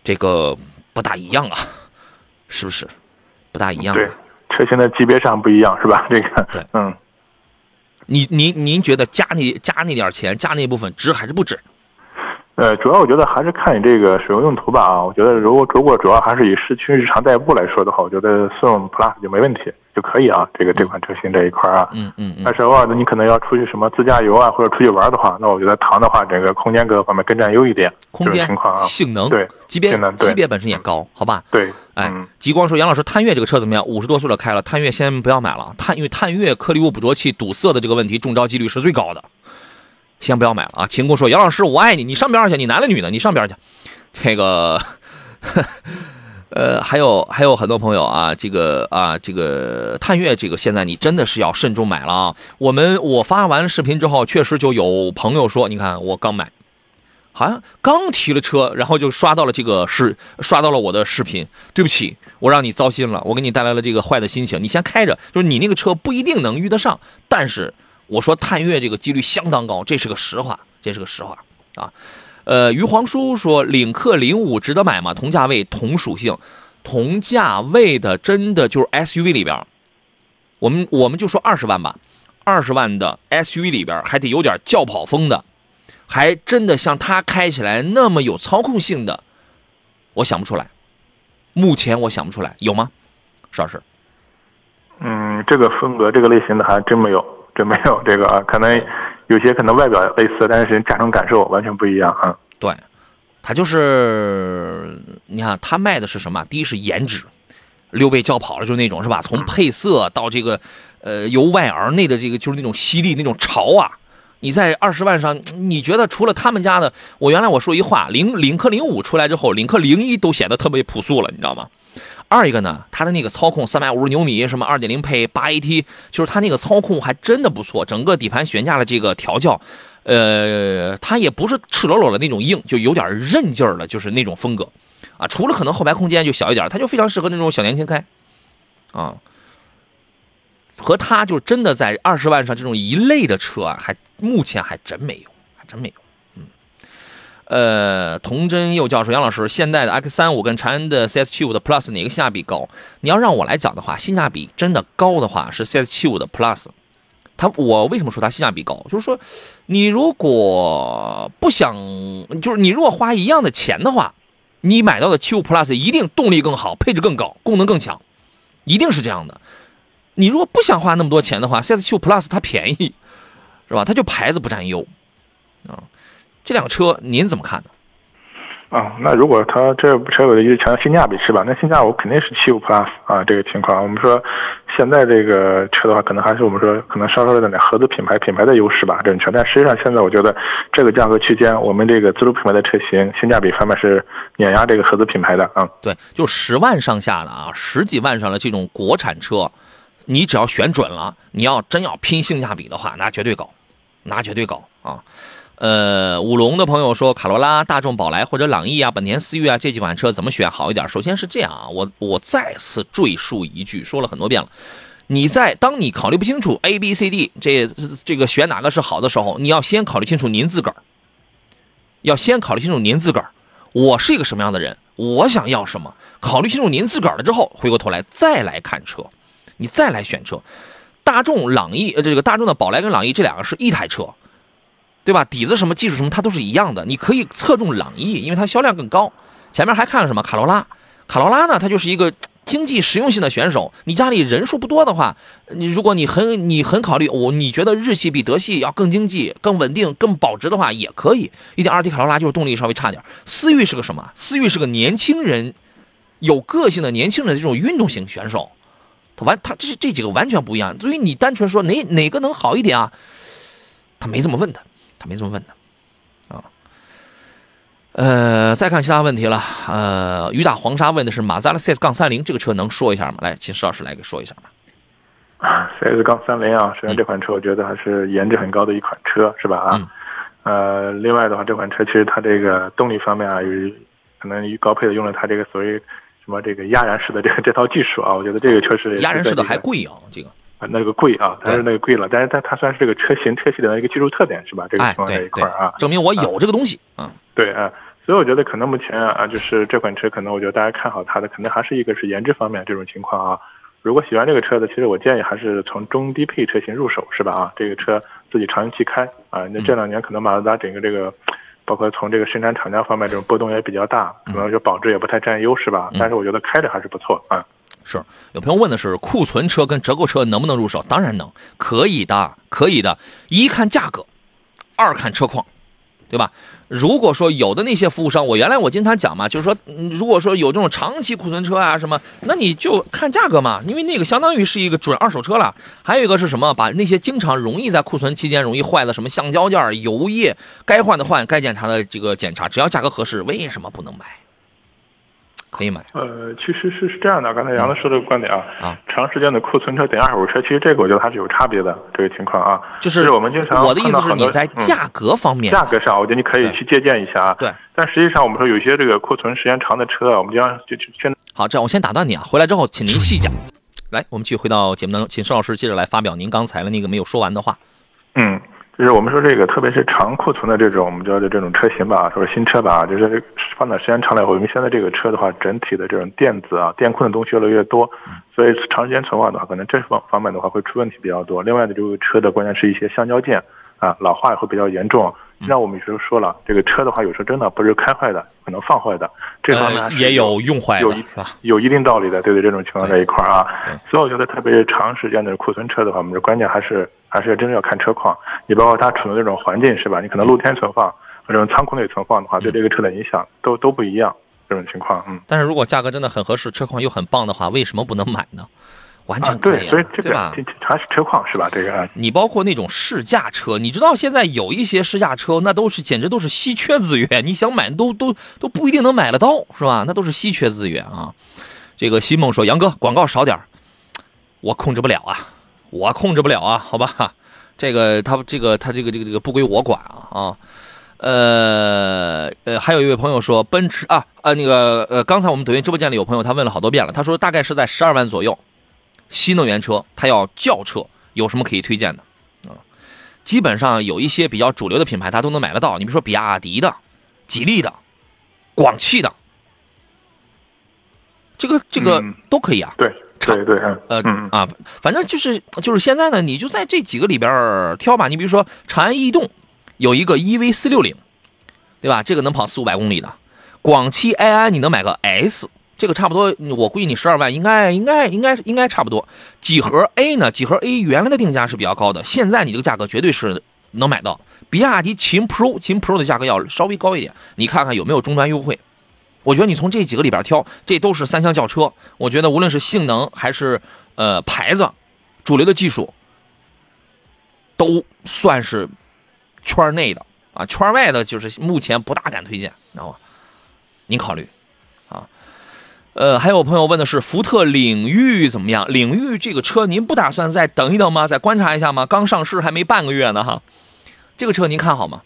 这个不大一样啊，是不是？不大一样、啊。 对，车型的级别上不一样，是吧？这个， 对， 嗯。 你您您觉得加那加那点钱，加那部分值还是不值？ 呃，主要我觉得还是看你这个使用用途吧啊。我觉得如果如果主要还是以市区日常代步来说的话，我觉得宋 Plus 就没问题，就可以啊。这个这款车型这一块啊， 嗯嗯嗯。 但是偶尔的你可能要出去什么自驾游啊，或者出去玩的话，那我觉得唐的话，整个空间各个方面更占优一点。 空间、 情况啊， 性能、 对级别、 级别本身也高，好吧？ 对， 哎， 嗯、 极光说杨老师，探岳这个车怎么样？五十多岁了开了，探岳先不要买了。探因为探岳颗粒物捕捉器堵塞的这个问题，中招几率是最高的。先不要买了啊！秦工说：“杨老师，我爱你，你上边去，你男的女的，你上边去。”这个，呃，还有还有很多朋友啊，这个啊，这个探岳这个现在你真的是要慎重买了啊！我们我发完视频之后，确实就有朋友说：“你看我刚买，好像刚提了车，然后就刷到了这个视，刷到了我的视频。对不起，我让你糟心了，我给你带来了这个坏的心情。你先开着，就是你那个车不一定能遇得上，但是。”我说探岳这个几率相当高，这是个实话，这是个实话啊。呃，于皇叔说领克零五值得买吗？同价位同属性，同价位的真的就是 S U V 里边，我们我们就说二十万吧，二十万的 S U V 里边还得有点轿跑风的，还真的像它开起来那么有操控性的，我想不出来，目前我想不出来，有吗？石老师？ 嗯，这个风格这个类型的还真没有。这没有这个啊，可能有些可能外表类似，但是驾乘感受完全不一样啊。 对，它就是你看它卖的是什么？第一是颜值，溜背轿跑了就是那种是吧？从配色到这个呃由外而内的这个就是那种犀利那种潮啊。你在二十万上，你觉得除了他们家的，我原来我说一话，领领克零五出来之后，领克零一都显得特别朴素了，你知道吗？二一个呢，它的那个操控三百五十牛米，什么 二点零 配 八 A T， 就是它那个操控还真的不错。整个底盘悬架的这个调教，呃，它也不是赤裸裸的那种硬，就有点韧劲儿了，就是那种风格啊。除了可能后排空间就小一点，它就非常适合那种小年轻开啊。和它就真的在二十万上这种一类的车啊，还目前还真没有，还真没有。呃，童真又教授杨老师，现代的 X 三十五 跟长安的 C S 七十五 的 Plus 哪个性价比高？你要让我来讲的话，性价比真的高的话是 C S 七十五 的 Plus。它我为什么说它性价比高？就是说，你如果不想，就是你如果花一样的钱的话，你买到的七十五 Plus 一定动力更好，配置更高，功能更强，一定是这样的。你如果不想花那么多钱的话 ，C S 七十五 Plus 它便宜，是吧？它就牌子不占优啊。这辆车您怎么看呢？ 啊，那如果它这部车有一直强调性价比是吧？那性价比肯定是七十五 Plus 啊，这个情况。我们说现在这个车的话，可能还是我们说可能稍稍有点合资品牌品牌的优势吧，这种车。但实际上现在我觉得这个价格区间，我们这个自主品牌的车型性价比方面是碾压这个合资品牌的啊。 对，就十万上下的啊，十几万上的这种国产车，你只要选准了，你要真要拼性价比的话，那绝对高，那绝对高啊。呃，五龙的朋友说，卡罗拉、大众宝来或者朗逸啊、本田思域啊这几款车怎么选好一点？首先是这样啊，我我再次赘述一句，说了很多遍了。你在当你考虑不清楚 A、B、C、D 这这个选哪个是好的时候，你要先考虑清楚您自个儿，要先考虑清楚您自个儿，我是一个什么样的人，我想要什么，考虑清楚您自个儿了之后，回过头来再来看车，你再来选车。大众、朗逸，呃，这个大众的宝来跟朗逸这两个是一台车。对吧？底子什么技术什么它都是一样的，你可以侧重朗逸，因为它销量更高。前面还看了什么卡罗拉？卡罗拉呢，它就是一个经济实用性的选手。你家里人数不多的话，你如果你很你很考虑我，你觉得日系比德系要更经济、更稳定、更保值的话，也可以。一点二 T 卡罗拉就是动力稍微差点。思域是个什么？思域是个年轻人，有个性的年轻人的这种运动型选手。它完，它这这几个完全不一样。所以你单纯说哪哪个能好一点啊？他没这么问的。他没这么问的，啊，呃，再看其他问题了。呃，雨打黄沙问的是马自达 C S 三十 这个车能说一下吗？来，请石老师来给说一下吧。 啊 ，C S 三十 啊，实际上这款车我觉得还是颜值很高的一款车，是吧？啊， 嗯、 呃，另外的话，这款车其实它这个动力方面啊，有可能高配的用了它这个所谓什么这个压燃式的这个这套技术啊，我觉得这个确实压燃式的还贵啊，这个。 那个贵啊，它是那个贵了，但是它它算是这个车型车系的一个技术特点是吧？这个情况这一块啊， 证明我有这个东西啊。 对啊， 所以我觉得可能目前啊，就是这款车可能我觉得大家看好它的，可能还是一个是颜值方面这种情况啊。如果喜欢这个车的，其实我建议还是从中低配车型入手，是吧？啊，这个车自己长期开啊，那这两年可能马自达整个这个，包括从这个生产厂家方面这种波动也比较大，可能就保值也不太占优势吧。但是我觉得开着还是不错啊。 是，有朋友问的是库存车跟折扣车能不能入手？当然能，可以的，可以的。一看价格，二看车况，对吧？如果说有的那些服务商，我原来我经常讲嘛，就是说，嗯、如果说有这种长期库存车啊什么，那你就看价格嘛，因为那个相当于是一个准二手车了。还有一个是什么？把那些经常容易在库存期间容易坏的什么橡胶件、油液，该换的换，该检查的这个检查，只要价格合适，为什么不能买？可以买。 呃，其实是是这样的，刚才杨乐说的观点啊， 啊， 长时间的库存车等二手车，其实这个我觉得还是有差别的这个情况啊。 就是我们经常我的意思是你在价格方面， 嗯、价格上，我觉得你可以去借鉴一下啊。 对。 但实际上我们说有些这个库存时间长的车啊，我们经常就就现在。 好，这样我先打断你啊，回来之后请您细讲。来，我们继续回到节目当中，请邵老师接着来发表您刚才的那个没有说完的话。 嗯。就是我们说这个，特别是长库存的这种，我们叫的这种车型吧，或者新车吧，就是放的时间长了以后，我们现在这个车的话，整体的这种电子啊、电控的东西越来越多，所以长时间存放的话，可能这方方面的话会出问题比较多。另外的这个车的关键是一些橡胶件啊，老化也会比较严重。那我们有时候说了，这个车的话，有时候真的不是开坏的，可能放坏的，这方面呃、也有用坏的， 有是吧？ 有一定道理的，对对，这种情况在一块啊。所以我觉得，特别是长时间的库存车的话，我们的关键还是还是真正要看车况，你包括它处的这种环境，是吧？你可能露天存放或者仓库内存放的话，对这个车的影响都都不一样，这种情况，嗯。 但是如果价格真的很合适，车况又很棒的话，为什么不能买呢？完全可以、 啊，对，所以这个吧？ 还是车况是吧？这个你包括那种试驾车，你知道现在有一些试驾车，那都是简直都是稀缺资源，你想买都都都不一定能买得到，是吧？那都是稀缺资源啊。这个西梦说：“杨哥，广告少点，我控制不了啊，我控制不了啊，好吧？这个他这个他这个这个这个不归我管啊啊。”呃呃，还有一位朋友说，奔驰啊啊那个呃，刚才我们抖音直播间里有朋友他问了好多遍了，他说大概是在十二万左右。新能源车，它要轿车，有什么可以推荐的啊？基本上有一些比较主流的品牌，它都能买得到。你比如说比亚迪的、吉利的、广汽的，这个这个都可以啊。 对对对， 呃啊，反正就是就是现在呢，你就在这几个里边挑吧。你比如说长安逸动有一个 E V 四六零，对吧？这个能跑四五百公里的。广汽埃安你能买个 S。这个差不多，我估计你十二万应该应该应该应该差不多。几何 A 呢？几何 A 原来的定价是比较高的，现在你这个价格绝对是能买到。比亚迪秦 Pro， 秦 Pro 的价格要稍微高一点，你看看有没有终端优惠。我觉得你从这几个里边挑，这都是三厢轿车。我觉得无论是性能还是呃牌子、主流的技术，都算是圈内的啊，圈外的就是目前不大敢推荐，知道吗？您考虑。呃，还有朋友问的是福特领域怎么样？领域这个车您不打算再等一等吗？再观察一下吗？刚上市还没半个月呢哈，这个车您看好吗？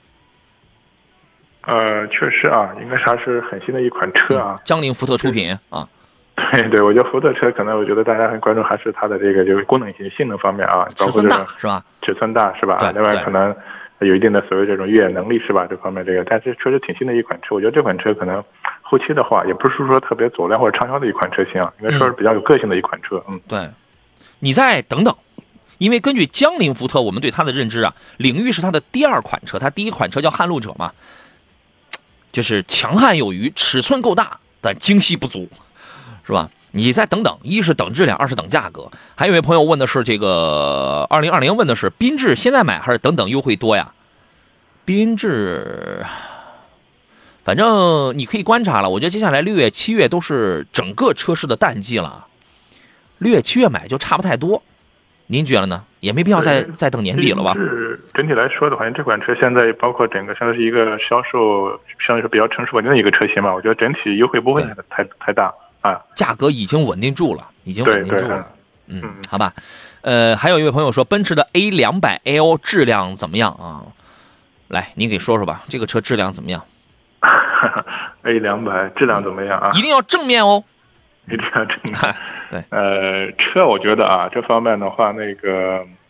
呃，确实啊，应该是还是很新的一款车啊。 嗯、江铃福特出品啊。 对对，我觉得福特车可能我觉得大家很关注还是它的这个就是功能性、性能方面啊， 尺寸大是吧？ 尺寸大是吧？ 对， 另外可能有一定的所谓这种越野能力是吧？这方面这个，但是确实挺新的一款车，我觉得这款车可能。后期的话，也不是说特别走量或者畅销的一款车型啊，应该说是比较有个性的一款车。嗯， 对，你再等等，因为根据江铃福特我们对它的认知啊，领域是它的第二款车，它第一款车叫撼路者嘛，就是强悍有余，尺寸够大，但精细不足，是吧？你再等等，一是等质量，二是等价格。还有一位朋友问的是这个二零二零，问的是缤智现在买还是等等优惠多呀？缤智。反正你可以观察了，我觉得接下来六月、七月都是整个车市的淡季了，六月、七月买就差不太多。您觉得呢？也没必要再再等年底了吧？ 是整体来说的话，这款车现在包括整个现在是一个销售相对说比较成熟稳定的一个车型嘛，我觉得整体优惠不会太太大啊。 价格已经稳定住了，已经稳定住了。 嗯， 嗯好吧。呃，还有一位朋友说，奔驰的 A 两百 L 质量怎么样啊？来，您给说说吧，这个车质量怎么样？ A 两百质量怎么样啊？ 一定要正面哦， 一定要正面。 对， 呃，车我觉得啊，这方面的话，那个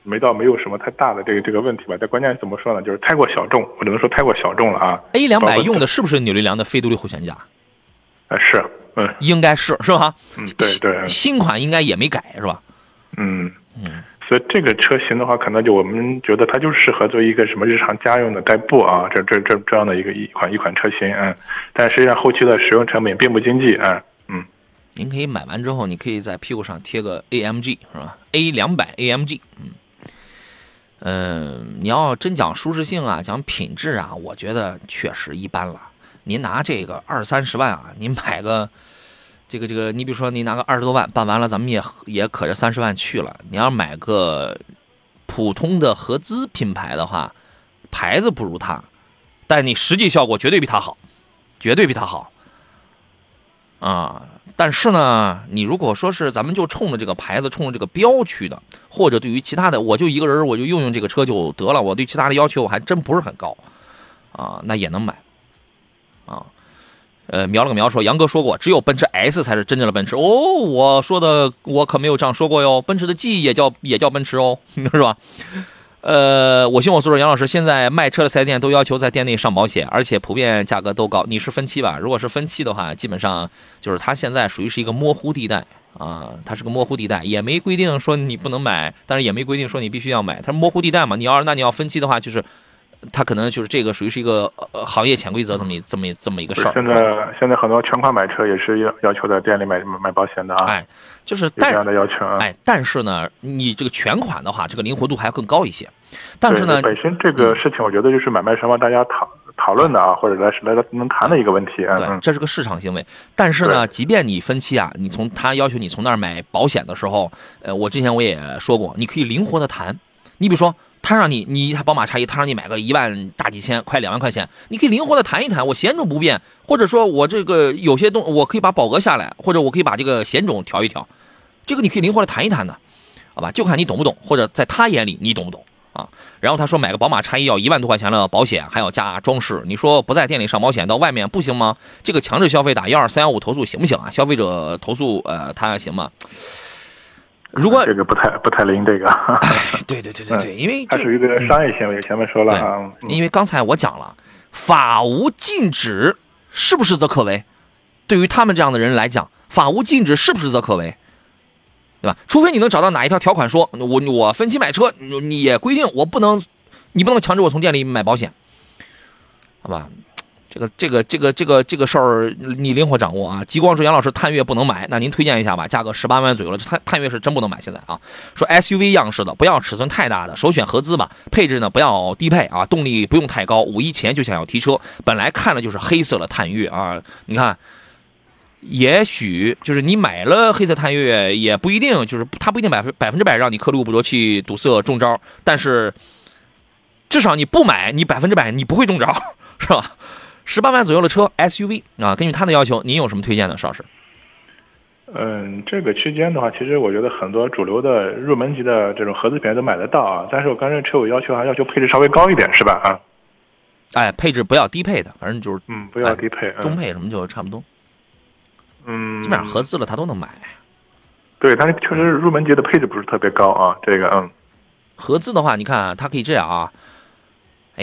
没到没有什么太大的这个这个问题吧。但关键怎么说呢？就是太过小众，我只能说太过小众了啊。 A 两百用的是不是扭力梁的非独立后悬架？ 呃，是，嗯， 应该是是吧？ 嗯，对对。 新款应该也没改是吧？ 嗯嗯。所以这个车型的话，可能就我们觉得它就适合做一个什么日常家用的代步啊，这这这这样的一个一款一款车型，嗯。但实际上后期的使用成本并不经济啊，嗯。 您可以买完之后，你可以在屁股上贴个 A M G 是吧 ？A 两百 A M G， 嗯。嗯、呃，你要真讲舒适性啊，讲品质啊，我觉得确实一般了。您拿这个二三十万啊，您买个这个这个，你比如说你拿个二十多万办完了，咱们也也可这三十万去了。你要买个普通的合资品牌的话，牌子不如它，但你实际效果绝对比它好，绝对比它好啊。但是呢，你如果说是咱们就冲着这个牌子，冲着这个标去的，或者对于其他的，我就一个人我就用用这个车就得了，我对其他的要求我还真不是很高啊，那也能买啊。呃，瞄了个瞄说，杨哥说过，只有奔驰 S 才是真正的奔驰。哦，我说的我可没有这样说过哟，奔驰的 G 也叫也叫奔驰哦，是吧？呃，我行我素说，杨老师，现在卖车的四 S 店都要求在店内上保险，而且普遍价格都高。你是分期吧？如果是分期的话，基本上就是它现在属于是一个模糊地带啊，它是个模糊地带，也没规定说你不能买，但是也没规定说你必须要买，它是模糊地带嘛。你要那你要分期的话，就是。它可能就是这个属于是一个呃行业潜规则这么这么这么一个事儿。 现在现在很多全款买车也是要要求在店里买买保险的啊。 哎，就是但这样的要求啊。 哎，但是呢，你这个全款的话，这个灵活度还要更高一些。但是呢， 本身这个事情，我觉得就是买卖双方大家讨讨论的啊，或者来来来能谈的一个问题啊。 对，这是个市场行为。但是呢，即便你分期啊，你从他要求你从那儿买保险的时候，呃，我之前我也说过，你可以灵活的谈。你比如说。他让你，你一台宝马叉一，他让你买个一万大几千，快两万块钱，你可以灵活的谈一谈，我险种不变，或者说我这个有些东，我可以把保额下来，或者我可以把这个险种调一调，这个你可以灵活的谈一谈的，好吧？就看你懂不懂，或者在他眼里你懂不懂啊？然后他说买个宝马叉一要一万多块钱的保险，还要加装饰，你说不在店里上保险，到外面不行吗？这个强制消费打幺二三幺五投诉行不行啊？消费者投诉，呃，他行吗？如果这个不太不太灵，这个， 对对对对对，因为它属于一个商业行为，前面说了啊。 因为刚才我讲了，法无禁止，是不是则可为？对于他们这样的人来讲，法无禁止是不是则可为？对吧？除非你能找到哪一条条款说，我我分期买车，你也规定我不能，你不能强制我从店里买保险，好吧？这个这个这个这个这个事儿你灵活掌握啊！极光说杨老师探岳不能买，那您推荐一下吧，价格十八万左右了，探探岳是真不能买现在啊。说 S U V 样式的，不要尺寸太大的，首选合资吧，配置呢不要低配啊，动力不用太高。五一前就想要提车，本来看了就是黑色的探岳啊，你看，也许就是你买了黑色探岳也不一定，就是它不一定百分百分之百让你刻录捕捉器堵塞中招，但是至少你不买，你百分之百你不会中招，是吧？十八万左右的车 S U V 啊，根据他的要求，您有什么推荐的，邵老师？ 嗯，这个区间的话，其实我觉得很多主流的入门级的这种合资品牌都买得到啊。但是我刚才车友要求还要求配置稍微高一点，是吧？啊， 哎，配置不要低配的，反正就是嗯，不要低配， 哎、中配什么就差不多。 嗯， 基本上合资了他都能买。 对，它确实入门级的配置不是特别高啊。这个嗯， 合资的话，你看它可以这样啊，哎。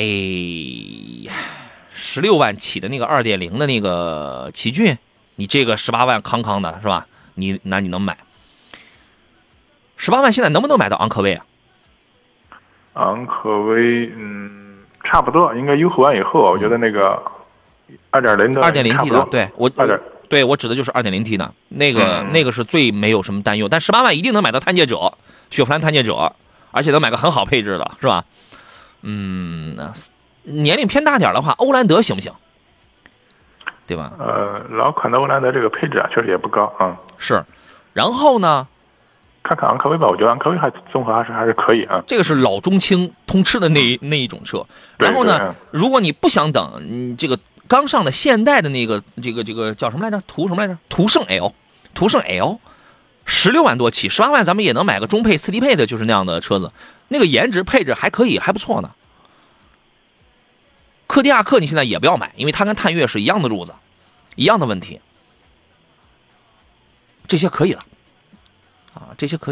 十六万起的那个二点零的那个奇骏，你这个十八万康康的是吧？你那你能买？十八万现在能不能买到昂科威啊？ 昂科威，嗯，差不多，应该优惠完以后，我觉得那个二点零的二点零 T 的，对我二点， 对我指的就是二点零 T 的那个、嗯，那个是最没有什么担忧。但十八万一定能买到探界者，雪佛兰探界者，而且能买个很好配置的，是吧？嗯，年龄偏大点的话，欧蓝德行不行？对吧？ 呃，老款的欧蓝德这个配置啊，确实也不高啊、嗯。 是，然后呢？ 看看昂科威吧，我觉得昂科威还综合还是还是可以啊。 这个是老中青通吃的那那一种车。然后呢，如果你不想等，你这个刚上的现代的那个这个这个叫什么来着？途什么来着？途胜 L， 途胜 L， 十六万多起，十八万咱们也能买个中配次低配的，就是那样的车子，那个颜值配置还可以，还不错呢。柯迪亚克你现在也不要买，因为它跟探岳是一样的路子，一样的问题。这些可以了，啊，这些可以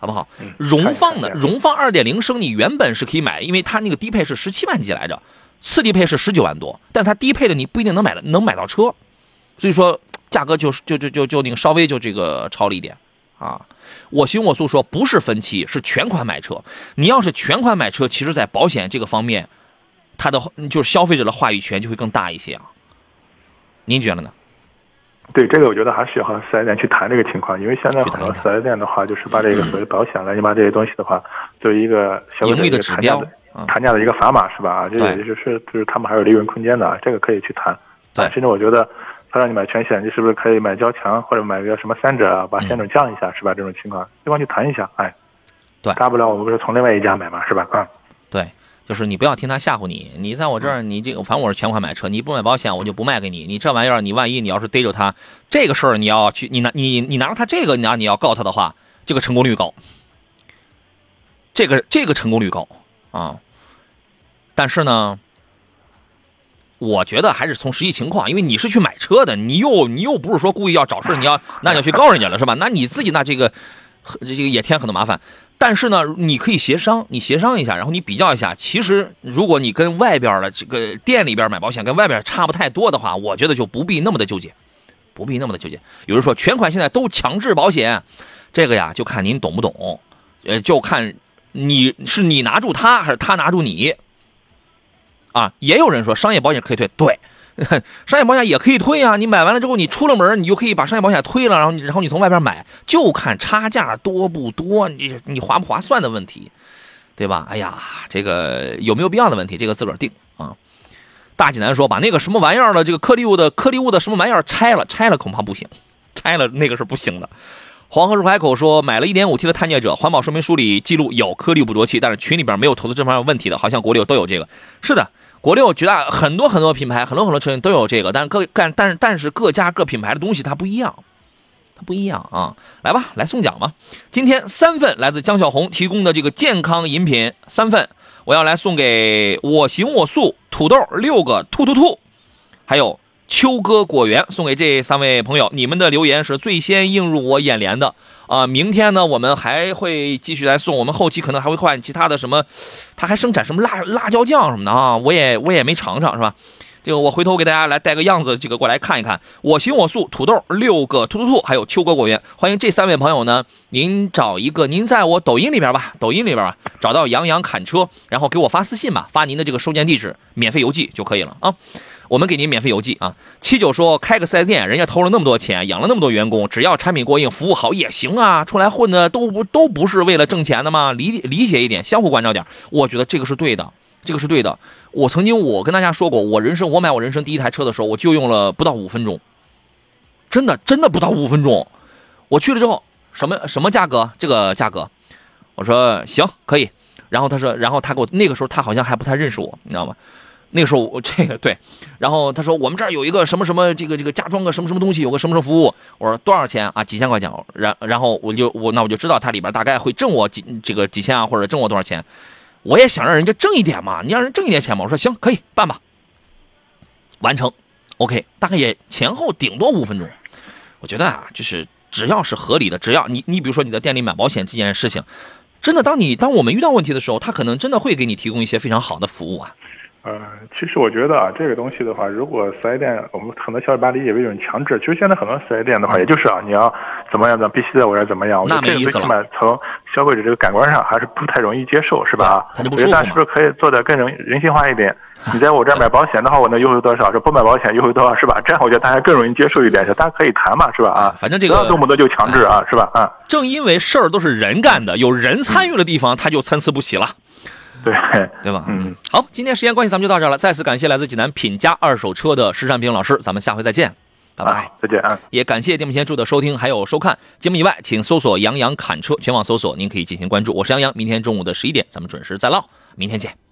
好不好？荣放的荣放 二点零 升你原本是可以买，因为它那个低配是十七万几来着，次低配是十九万多，但是它低配的你不一定能买能买到车，所以说价格就就就就就那个稍微就这个超了一点啊。我行我素说不是分期，是全款买车。你要是全款买车，其实在保险这个方面，它的就是消费者的话语权就会更大一些啊。您觉得呢？ 对，这个我觉得还是要和四 S 店去谈这个情况，因为现在很多四 S 店的话，就是把这个所谓的保险了，你把这些东西的话，作为一个消费者的谈价的谈价的一个砝码是吧？这也就是就是他们还有利润空间的，这个可以去谈。 对， 甚至我觉得他让你买全险，你是不是可以买交强或者买个什么三者，把险种降一下，嗯、是吧？这种情况，对方去谈一下，哎， 对， 大不了我们不是从另外一家买嘛，是吧？啊、嗯， 对。就是你不要听他吓唬你，你在我这儿，你这个反正我是全款买车，你不买保险我就不卖给你。你这玩意儿，你万一你要是逮着他这个事儿，你要去你拿你你拿着他这个，你要你要告他的话，这个成功率高，这个这个成功率高啊。但是呢，我觉得还是从实际情况，因为你是去买车的，你又你又不是说故意要找事，你要那你要去告人家了是吧？那你自己那这个这个也添很多麻烦。但是呢，你可以协商，你协商一下，然后你比较一下。其实，如果你跟外边的这个店里边买保险跟外边差不太多的话，我觉得就不必那么的纠结，不必那么的纠结。有人说全款现在都强制保险，这个呀就看您懂不懂，呃，就看你是你拿住他还是他拿住你。啊，也有人说商业保险可以退，对。商业保险也可以退啊！你买完了之后，你出了门，你就可以把商业保险退了，然后你然后你从外边买，就看差价多不多，你你划不划算的问题，对吧？哎呀，这个有没有必要的问题，这个自个儿定啊。大济南说把那个什么玩意儿的这个颗粒物的颗粒物的什么玩意儿拆了，拆了恐怕不行，拆了那个是不行的。黄河入海口说买了 一点五 T 的探界者，环保说明书里记录有颗粒不浊气，但是群里边没有投资这方面问题的，好像国六都有这个。是的。国六绝大很多很多品牌，很多很多车型都有这个，但是各干但是但是各家各品牌的东西它不一样，它不一样啊！来吧，来送奖吧！今天三份来自江小红提供的这个健康饮品三份，我要来送给我行我素土豆六个兔兔兔，还有秋哥果园，送给这三位朋友。你们的留言是最先映入我眼帘的啊！明天呢，我们还会继续来送，我们后期可能还会换其他的什么，他还生产什么辣辣椒酱什么的啊，我也我也没尝尝是吧？这个我回头给大家来带个样子，这个过来看一看。我行我素土豆六个兔兔兔，还有秋哥果园，欢迎这三位朋友呢，您找一个，您在我抖音里边吧，抖音里边吧找到杨洋侃车，然后给我发私信吧，发您的这个收件地址，免费邮寄就可以了啊。我们给您免费邮寄啊。七九说开个 四 S 店，人家投了那么多钱，养了那么多员工，只要产品过硬，服务好也行啊。出来混的都不都不是为了挣钱的吗？理理解一点，相互关照点，我觉得这个是对的，这个是对的。我曾经我跟大家说过，我人生我买我人生第一台车的时候，我就用了不到五分钟，真的真的不到五分钟。我去了之后，什么什么价格？这个价格，我说行可以。然后他说，然后他给我那个时候他好像还不太认识我，你知道吗？那个时候我这个对，然后他说我们这儿有一个什么什么这个这个加装个什么什么东西，有个什么什么服务。我说多少钱啊？几千块钱。然然后我就我那我就知道它里边大概会挣我几这个几千啊，或者挣我多少钱。我也想让人家挣一点嘛，你让人挣一点钱嘛。我说行，可以办吧，完成 ，OK， 大概也前后顶多五分钟。我觉得啊，就是只要是合理的，只要你你比如说你在店里买保险这件事情，真的当你当我们遇到问题的时候，他可能真的会给你提供一些非常好的服务啊。 呃，其实我觉得啊，这个东西的话，如果四 S 店，我们很多消费者理解为一种强制，其实现在很多四 S 店的话，也就是啊，你要怎么样的，必须在我这儿怎么样，我觉得这个最起码从消费者这个感官上还是不太容易接受，是吧？ 他就不舒服嘛。 我觉得是不是可以做得更人人性化一点？你在我这儿买保险的话，我能优惠多少？说不买保险优惠多少，是吧？这样我觉得大家更容易接受一点，大家可以谈嘛，是吧？啊， 反正这个不要动不动就强制啊，是吧？啊， 正因为事儿都是人干的，有人参与的地方，他就参差不齐了。 对对吧？ 嗯， 好，今天时间关系咱们就到这儿了。再次感谢来自济南品家二手车的石善平老师，咱们下回再见，拜拜， 啊、再见啊！ 也感谢电幕前注的收听还有收看节目以外，请搜索杨洋侃车，全网搜索，您可以进行关注。我是杨洋，明天中午的十一点，咱们准时再唠，明天见。